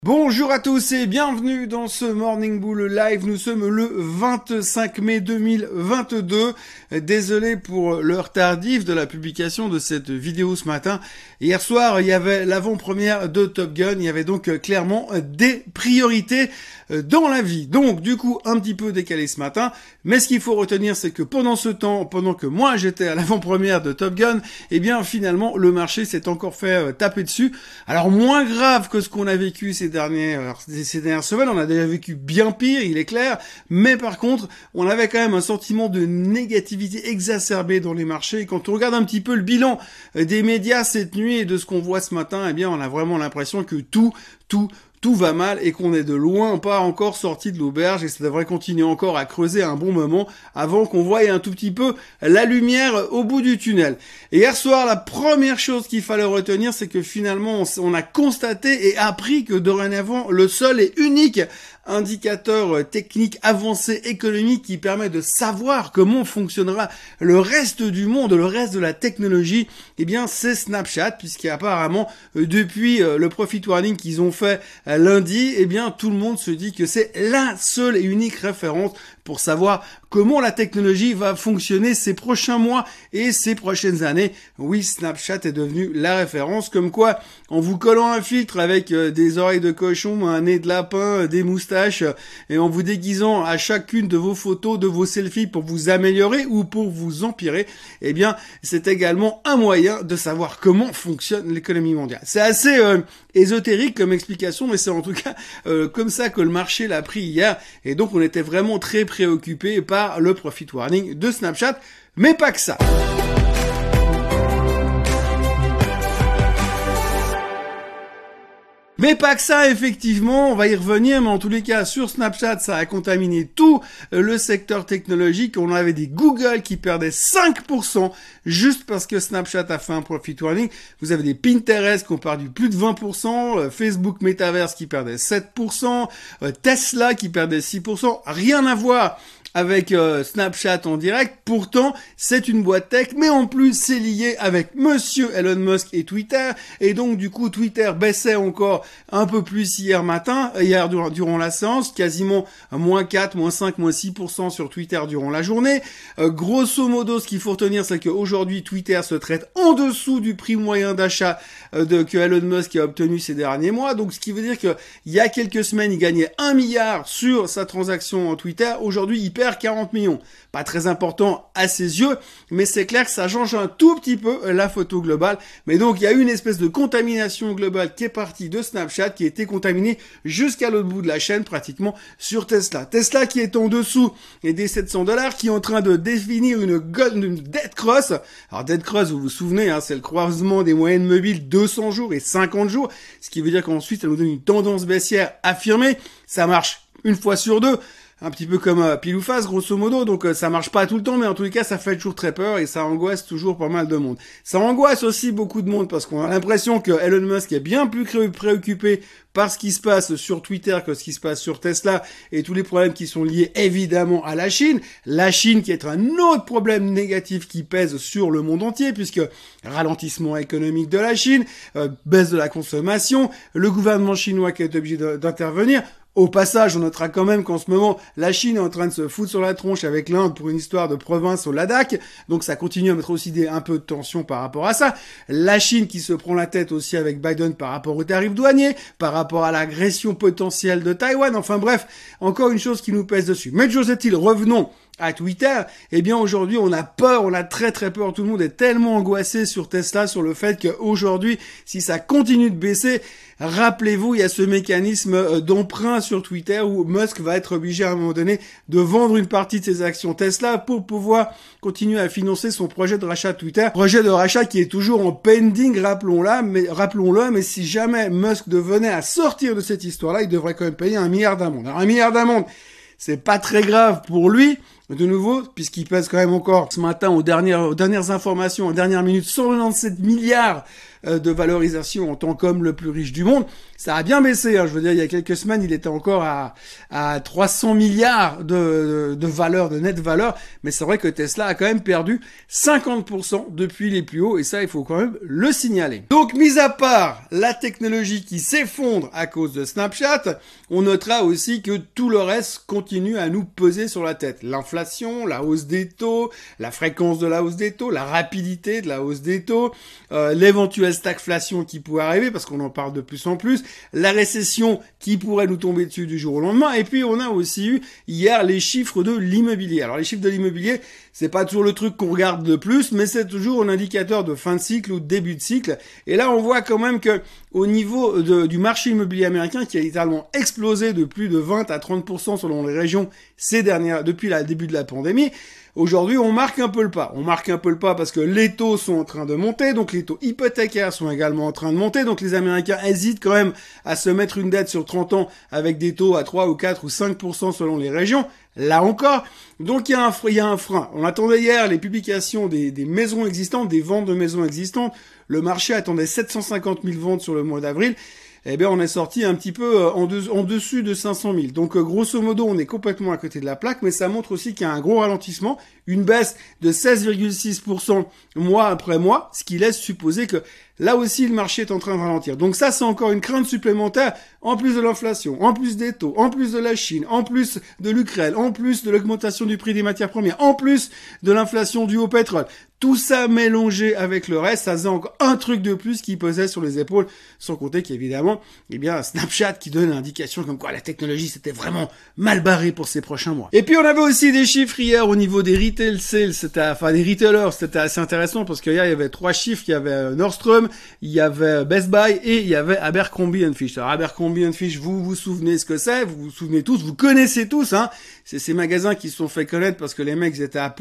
Bonjour à tous et bienvenue dans ce Morning Bull Live. Nous sommes le 25 mai 2022. Désolé pour l'heure tardive de la publication de cette vidéo ce matin. Hier soir, il y avait l'avant-première de Top Gun. Il y avait donc clairement des priorités dans la vie. Donc, du coup, un petit peu décalé ce matin. Mais ce qu'il faut retenir, c'est que pendant ce temps, pendant que moi j'étais à l'avant-première de Top Gun, eh bien, finalement, le marché s'est encore fait taper dessus. Alors, moins grave que ce qu'on a vécu ces dernières semaines, on a déjà vécu bien pire, il est clair, mais par contre, on avait quand même un sentiment de négativité exacerbée dans les marchés. Et quand on regarde un petit peu le bilan des médias cette nuit et de ce qu'on voit ce matin, eh bien, on a vraiment l'impression que tout va mal et qu'on est de loin pas encore sorti de l'auberge et ça devrait continuer encore à creuser un bon moment avant qu'on voie un tout petit peu la lumière au bout du tunnel. Et hier soir, la première chose qu'il fallait retenir, c'est que finalement, on a constaté et appris que dorénavant, le seul et unique indicateur technique avancé économique qui permet de savoir comment fonctionnera le reste du monde, le reste de la technologie, eh bien c'est Snapchat, puisqu'apparemment depuis le profit warning qu'ils ont fait lundi, eh bien tout le monde se dit que c'est la seule et unique référence pour savoir comment la technologie va fonctionner ces prochains mois et ces prochaines années. Oui, Snapchat est devenu la référence, comme quoi, en vous collant un filtre avec des oreilles de cochon, un nez de lapin, des moustaches, et en vous déguisant à chacune de vos photos, de vos selfies pour vous améliorer ou pour vous empirer, eh bien, c'est également un moyen de savoir comment fonctionne l'économie mondiale. C'est assez ésotérique comme explication, mais c'est en tout cas comme ça que le marché l'a pris hier, et donc on était vraiment très préoccupé par le profit warning de Snapchat, mais pas que ça. Mais pas que ça, effectivement, on va y revenir, mais en tous les cas, sur Snapchat, ça a contaminé tout le secteur technologique. On avait des Google qui perdaient 5% juste parce que Snapchat a fait un profit warning. Vous avez des Pinterest qui ont perdu plus de 20%, Facebook Metaverse qui perdait 7%, Tesla qui perdait 6%. Rien à voir avec Snapchat en direct. Pourtant, c'est une boîte tech, mais en plus, c'est lié avec monsieur Elon Musk et Twitter. Et donc, du coup, Twitter baissait encore un peu plus hier durant la séance, quasiment moins 4, moins 5, moins 6% sur Twitter durant la journée. Grosso modo, ce qu'il faut retenir, c'est qu'aujourd'hui, Twitter se traite en dessous du prix moyen d'achat que Elon Musk a obtenu ces derniers mois. Donc, ce qui veut dire que il y a quelques semaines, il gagnait 1 milliard sur sa transaction en Twitter. Aujourd'hui, il perd 40 millions. Pas très important à ses yeux, mais c'est clair que ça change un tout petit peu la photo globale. Mais donc, il y a eu une espèce de contamination globale qui est partie de Snapchat, qui a été contaminée jusqu'à l'autre bout de la chaîne, pratiquement sur Tesla. Tesla qui est en dessous des $700, qui est en train de définir une dead cross. Alors, dead cross, vous vous souvenez, c'est le croisement des moyennes mobiles 200 jours et 50 jours, ce qui veut dire qu'ensuite, ça nous donne une tendance baissière affirmée. Ça marche une fois sur deux. Un petit peu comme pile ou face, grosso modo, donc ça marche pas tout le temps, mais en tous les cas, ça fait toujours très peur et ça angoisse toujours pas mal de monde. Ça angoisse aussi beaucoup de monde parce qu'on a l'impression que Elon Musk est bien plus préoccupé par ce qui se passe sur Twitter que ce qui se passe sur Tesla et tous les problèmes qui sont liés évidemment à la Chine. La Chine qui est un autre problème négatif qui pèse sur le monde entier puisque ralentissement économique de la Chine, baisse de la consommation, le gouvernement chinois qui est obligé d'intervenir. Au passage, on notera quand même qu'en ce moment, la Chine est en train de se foutre sur la tronche avec l'Inde pour une histoire de province au Ladakh. Donc ça continue à mettre aussi un peu de tension par rapport à ça. La Chine qui se prend la tête aussi avec Biden par rapport aux tarifs douaniers, par rapport à l'agression potentielle de Taïwan. Enfin bref, encore une chose qui nous pèse dessus. Mais toujours est-il, revenons à Twitter, eh bien aujourd'hui on a peur, on a très très peur, tout le monde est tellement angoissé sur Tesla, sur le fait qu'aujourd'hui, si ça continue de baisser, rappelez-vous, il y a ce mécanisme d'emprunt sur Twitter où Musk va être obligé à un moment donné de vendre une partie de ses actions Tesla pour pouvoir continuer à financer son projet de rachat de Twitter, projet de rachat qui est toujours en pending, rappelons-le, mais si jamais Musk devenait à sortir de cette histoire-là, il devrait quand même payer 1 milliard d'amende. Alors 1 milliard d'amende, c'est pas très grave pour lui, de nouveau, puisqu'il pèse quand même encore ce matin aux dernières informations, aux dernières minutes, 197 milliards de valorisation en tant qu'homme le plus riche du monde. Ça a bien baissé, hein. Je veux dire, il y a quelques semaines, il était encore à 300 milliards de valeur, de nette valeur, mais c'est vrai que Tesla a quand même perdu 50% depuis les plus hauts, et ça, il faut quand même le signaler. Donc, mis à part la technologie qui s'effondre à cause de Snapchat, on notera aussi que tout le reste continue à nous peser sur la tête. L'inflation, la hausse des taux, la fréquence de la hausse des taux, la rapidité de la hausse des taux, l'éventuelle stagflation qui pourrait arriver, parce qu'on en parle de plus en plus, la récession qui pourrait nous tomber dessus du jour au lendemain, et puis on a aussi eu hier les chiffres de l'immobilier. Alors les chiffres de l'immobilier, c'est pas toujours le truc qu'on regarde le plus, mais c'est toujours un indicateur de fin de cycle ou de début de cycle. Et là, on voit quand même que au niveau du marché immobilier américain, qui a littéralement explosé de plus de 20 à 30% selon les régions depuis le début de la pandémie, aujourd'hui, on marque un peu le pas. On marque un peu le pas parce que les taux sont en train de monter, donc les taux hypothécaires sont également en train de monter, donc les Américains hésitent quand même à se mettre une dette sur 30 ans avec des taux à 3 ou 4 ou 5% selon les régions. Là encore, donc il y a un frein. On attendait hier les publications des maisons existantes, des ventes de maisons existantes. Le marché attendait 750 000 ventes sur le mois d'avril. Eh bien, on est sorti un petit peu en dessus de 500 000. Donc, grosso modo, on est complètement à côté de la plaque, mais ça montre aussi qu'il y a un gros ralentissement, une baisse de 16,6% mois après mois, ce qui laisse supposer que là aussi, le marché est en train de ralentir. Donc ça, c'est encore une crainte supplémentaire, en plus de l'inflation, en plus des taux, en plus de la Chine, en plus de l'Ukraine, en plus de l'augmentation du prix des matières premières, en plus de l'inflation due au pétrole. Tout ça mélangé avec le reste, ça faisait encore un truc de plus qui pesait sur les épaules, sans compter qu'évidemment, eh bien, Snapchat qui donne l'indication comme quoi la technologie s'était vraiment mal barrée pour ces prochains mois. Et puis, on avait aussi des chiffres hier au niveau des retail sales, des retailers, c'était assez intéressant parce qu'hier, il y avait 3 chiffres, il y avait Nordstrom, il y avait Best Buy et il y avait Abercrombie & Fitch. Alors, Abercrombie & Fitch, vous vous souvenez ce que c'est, vous vous souvenez tous, vous connaissez tous, hein. C'est ces magasins qui se sont fait connaître parce que les mecs étaient à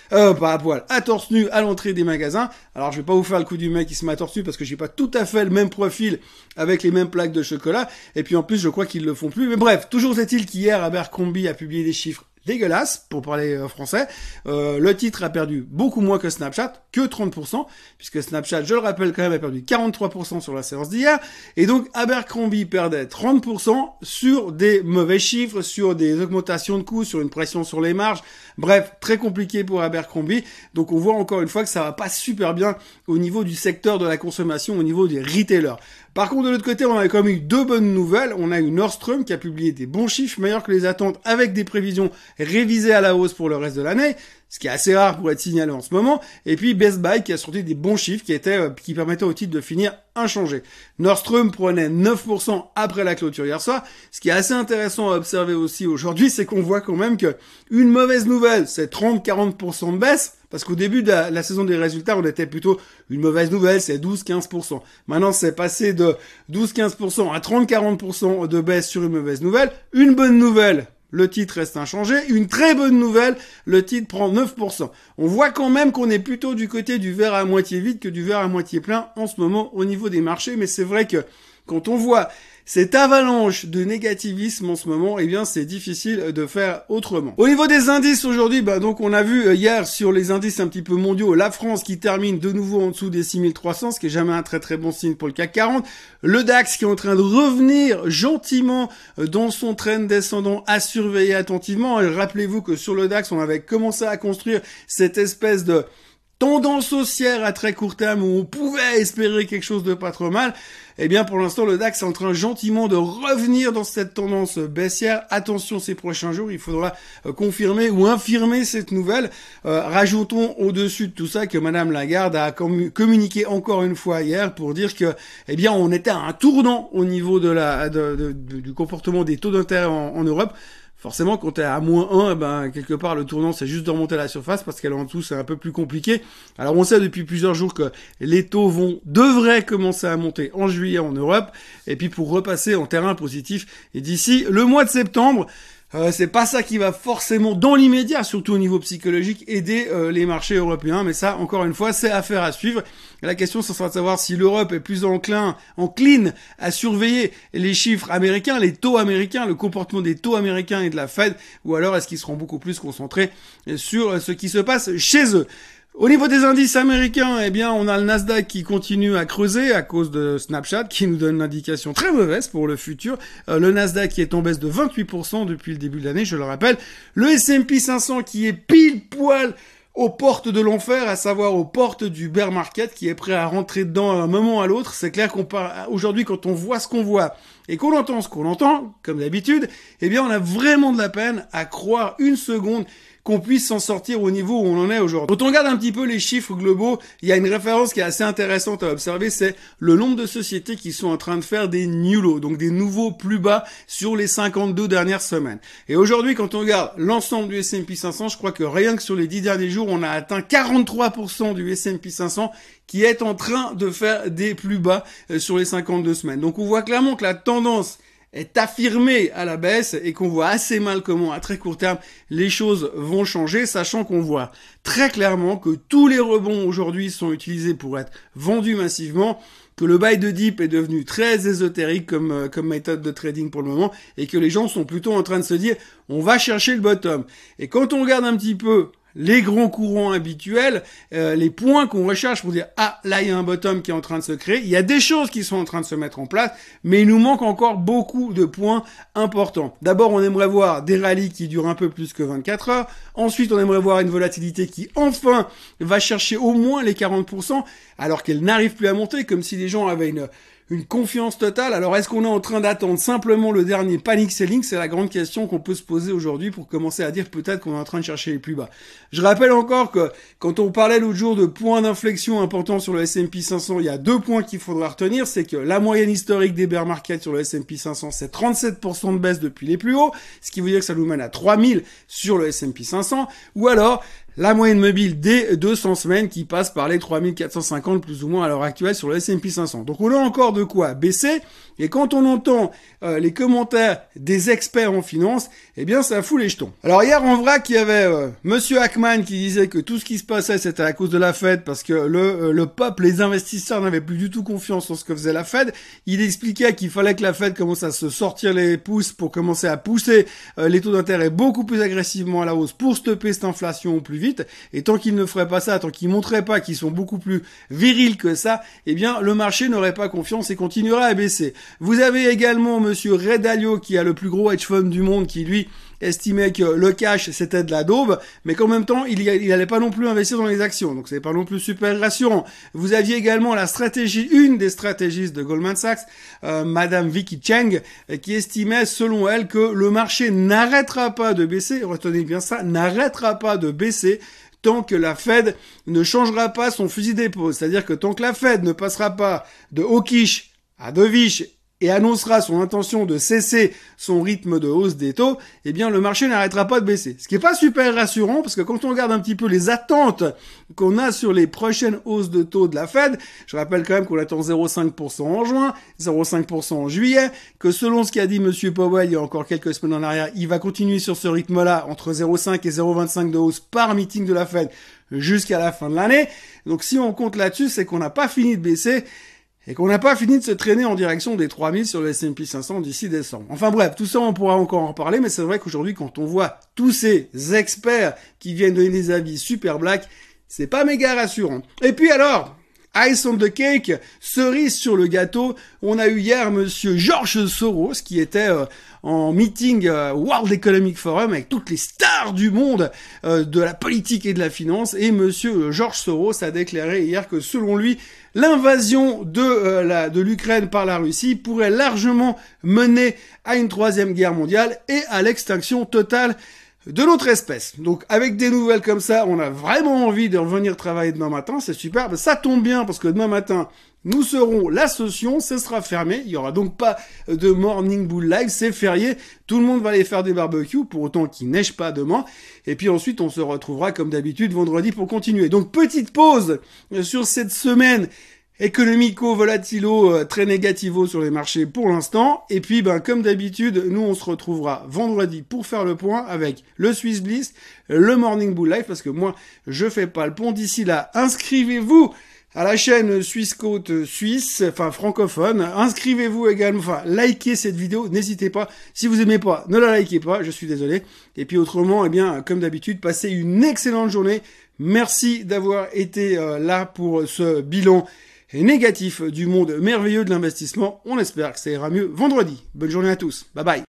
torse nu à l'entrée des magasins. Alors, je vais pas vous faire le coup du mec qui se met à torse nu parce que j'ai pas tout à fait le même profil avec les mêmes plaques de chocolat. Et puis, en plus, je crois qu'ils le font plus. Mais bref, toujours est-il qu'hier, Abercrombie a publié des chiffres dégueulasse, pour parler français. Le titre a perdu beaucoup moins que Snapchat, que 30%, puisque Snapchat, je le rappelle quand même, a perdu 43% sur la séance d'hier. Et donc, Abercrombie perdait 30% sur des mauvais chiffres, sur des augmentations de coûts, sur une pression sur les marges. Bref, très compliqué pour Abercrombie. Donc, on voit encore une fois que ça va pas super bien au niveau du secteur de la consommation, au niveau des retailers. Par contre, de l'autre côté, on a quand même eu deux bonnes nouvelles. On a eu Nordstrom qui a publié des bons chiffres, meilleurs que les attentes, avec des prévisions révisées à la hausse pour le reste de l'année, ce qui est assez rare pour être signalé en ce moment. Et puis Best Buy qui a sorti des bons chiffres qui permettaient au titre de finir inchangé. Nordstrom prenait 9% après la clôture hier soir. Ce qui est assez intéressant à observer aussi aujourd'hui, c'est qu'on voit quand même que une mauvaise nouvelle, c'est 30-40% de baisse. Parce qu'au début de la saison des résultats, on était plutôt une mauvaise nouvelle, c'est 12-15%. Maintenant, c'est passé de 12-15% à 30-40% de baisse sur une mauvaise nouvelle. Une bonne nouvelle, le titre reste inchangé. Une très bonne nouvelle, le titre prend 9%. On voit quand même qu'on est plutôt du côté du verre à moitié vide que du verre à moitié plein en ce moment au niveau des marchés. Mais c'est vrai que quand on voit cette avalanche de négativisme en ce moment, eh bien, c'est difficile de faire autrement. Au niveau des indices aujourd'hui, donc on a vu hier sur les indices un petit peu mondiaux, la France qui termine de nouveau en dessous des 6300, ce qui est jamais un très très bon signe pour le CAC 40. Le DAX qui est en train de revenir gentiment dans son trend descendant à surveiller attentivement. Et rappelez-vous que sur le DAX, on avait commencé à construire cette espèce de tendance haussière à très court terme où on pouvait espérer quelque chose de pas trop mal. Eh bien, pour l'instant, le DAX est en train gentiment de revenir dans cette tendance baissière. Attention, ces prochains jours, il faudra confirmer ou infirmer cette nouvelle. Rajoutons au-dessus de tout ça que Madame Lagarde a communiqué encore une fois hier pour dire que, eh bien, on était à un tournant au niveau du comportement des taux d'intérêt en Europe. Forcément, quand t'es à -1, quelque part, le tournant, c'est juste de remonter à la surface parce qu'elle en dessous, c'est un peu plus compliqué. Alors, on sait depuis plusieurs jours que les taux devraient commencer à monter en juillet en Europe et puis pour repasser en terrain positif. Et d'ici le mois de septembre, C'est pas ça qui va forcément, dans l'immédiat, surtout au niveau psychologique, aider les marchés européens. Mais ça, encore une fois, c'est affaire à suivre. La question, ce sera de savoir si l'Europe est plus encline à surveiller les chiffres américains, les taux américains, le comportement des taux américains et de la Fed, ou alors est-ce qu'ils seront beaucoup plus concentrés sur ce qui se passe chez eux. Au niveau des indices américains, eh bien, on a le Nasdaq qui continue à creuser à cause de Snapchat, qui nous donne une indication très mauvaise pour le futur. Le Nasdaq qui est en baisse de 28% depuis le début de l'année, je le rappelle. Le S&P 500 qui est pile poil aux portes de l'enfer, à savoir aux portes du bear market, qui est prêt à rentrer dedans à un moment ou à l'autre. C'est clair aujourd'hui, quand on voit ce qu'on voit et qu'on entend ce qu'on entend, comme d'habitude, eh bien, on a vraiment de la peine à croire une seconde qu'on puisse s'en sortir au niveau où on en est aujourd'hui. Quand on regarde un petit peu les chiffres globaux, il y a une référence qui est assez intéressante à observer, c'est le nombre de sociétés qui sont en train de faire des new lows, donc des nouveaux plus bas sur les 52 dernières semaines. Et aujourd'hui, quand on regarde l'ensemble du S&P 500, je crois que rien que sur les 10 derniers jours, on a atteint 43% du S&P 500 qui est en train de faire des plus bas sur les 52 semaines. Donc on voit clairement que la tendance est affirmé à la baisse et qu'on voit assez mal comment, à très court terme, les choses vont changer, sachant qu'on voit très clairement que tous les rebonds aujourd'hui sont utilisés pour être vendus massivement, que le buy de dip est devenu très ésotérique comme méthode de trading pour le moment, et que les gens sont plutôt en train de se dire on va chercher le bottom. Et quand on regarde un petit peu les grands courants habituels, les points qu'on recherche pour dire ah là il y a un bottom qui est en train de se créer, il y a des choses qui sont en train de se mettre en place, mais il nous manque encore beaucoup de points importants. D'abord on aimerait voir des rallyes qui durent un peu plus que 24 heures, ensuite on aimerait voir une volatilité qui enfin va chercher au moins les 40%, alors qu'elle n'arrive plus à monter, comme si les gens avaient une confiance totale. Alors est-ce qu'on est en train d'attendre simplement le dernier panic selling? C'est la grande question qu'on peut se poser aujourd'hui pour commencer à dire peut-être qu'on est en train de chercher les plus bas. Je rappelle encore que quand on parlait l'autre jour de points d'inflexion importants sur le S&P 500, il y a 2 points qu'il faudra retenir, c'est que la moyenne historique des bear markets sur le S&P 500, c'est 37% de baisse depuis les plus hauts, ce qui veut dire que ça nous mène à 3000 sur le S&P 500, ou alors la moyenne mobile des 200 semaines qui passe par les 3450 plus ou moins à l'heure actuelle sur le S&P 500. Donc on a encore de quoi baisser, et quand on entend les commentaires des experts en finance, eh bien ça fout les jetons. Alors hier en vrac, il y avait Monsieur Ackman qui disait que tout ce qui se passait c'était à cause de la Fed, parce que le peuple, les investisseurs n'avaient plus du tout confiance en ce que faisait la Fed. Il expliquait qu'il fallait que la Fed commence à se sortir les pouces pour commencer à pousser les taux d'intérêt beaucoup plus agressivement à la hausse pour stopper cette inflation au plus vite. Et tant qu'ils ne feraient pas ça, tant qu'ils montreraient pas qu'ils sont beaucoup plus virils que ça, eh bien le marché n'aurait pas confiance et continuera à baisser. Vous avez également Monsieur Ray Dalio qui a le plus gros hedge fund du monde, qui lui estimait que le cash c'était de la daube, mais qu'en même temps il allait pas non plus investir dans les actions, donc c'est pas non plus super rassurant. Vous aviez également une des stratégistes de Goldman Sachs, Madame Vicky Cheng, qui estimait selon elle que le marché n'arrêtera pas de baisser, retenez bien ça, n'arrêtera pas de baisser tant que la Fed ne changera pas son fusil d'épaule. C'est-à-dire que tant que la Fed ne passera pas de hawkish à dovish et annoncera son intention de cesser son rythme de hausse des taux, eh bien le marché n'arrêtera pas de baisser. Ce qui est pas super rassurant, parce que quand on regarde un petit peu les attentes qu'on a sur les prochaines hausses de taux de la Fed, je rappelle quand même qu'on attend 0,5% en juin, 0,5% en juillet, que selon ce qu'a dit Monsieur Powell il y a encore quelques semaines en arrière, il va continuer sur ce rythme-là, entre 0,5 et 0,25 de hausse par meeting de la Fed jusqu'à la fin de l'année. Donc si on compte là-dessus, c'est qu'on n'a pas fini de baisser, et qu'on n'a pas fini de se traîner en direction des 3000 sur le S&P 500 d'ici décembre. Enfin bref, tout ça on pourra encore en parler, mais c'est vrai qu'aujourd'hui quand on voit tous ces experts qui viennent donner des avis super black, c'est pas méga rassurant. Et puis alors, ice on the cake, cerise sur le gâteau, on a eu hier Monsieur George Soros qui était en meeting World Economic Forum avec toutes les stars du monde de la politique et de la finance, et Monsieur George Soros a déclaré hier que selon lui, l'invasion de l'Ukraine par la Russie pourrait largement mener à une 3e guerre mondiale et à l'extinction totale de notre espèce. Donc avec des nouvelles comme ça, on a vraiment envie de revenir travailler demain matin, c'est super. Ça tombe bien parce que demain matin, nous serons la session, ce sera fermé, il y aura donc pas de Morning Bull Live, c'est férié, tout le monde va aller faire des barbecues, pour autant qu'il neige pas demain, et puis ensuite on se retrouvera comme d'habitude vendredi pour continuer. Donc petite pause sur cette semaine économico-volatilo, très négativo sur les marchés pour l'instant. Et puis, comme d'habitude, nous, on se retrouvera vendredi pour faire le point avec le Swiss Bliss, le Morning Bull Live, parce que moi, je fais pas le pont. D'ici là, inscrivez-vous à la chaîne Suisse Côte Suisse, enfin francophone. Inscrivez-vous également, enfin likez cette vidéo, n'hésitez pas. Si vous aimez pas, ne la likez pas, je suis désolé. Et puis autrement, eh bien, comme d'habitude, passez une excellente journée. Merci d'avoir été là pour ce bilan négatif du monde merveilleux de l'investissement. On espère que ça ira mieux vendredi. Bonne journée à tous. Bye bye.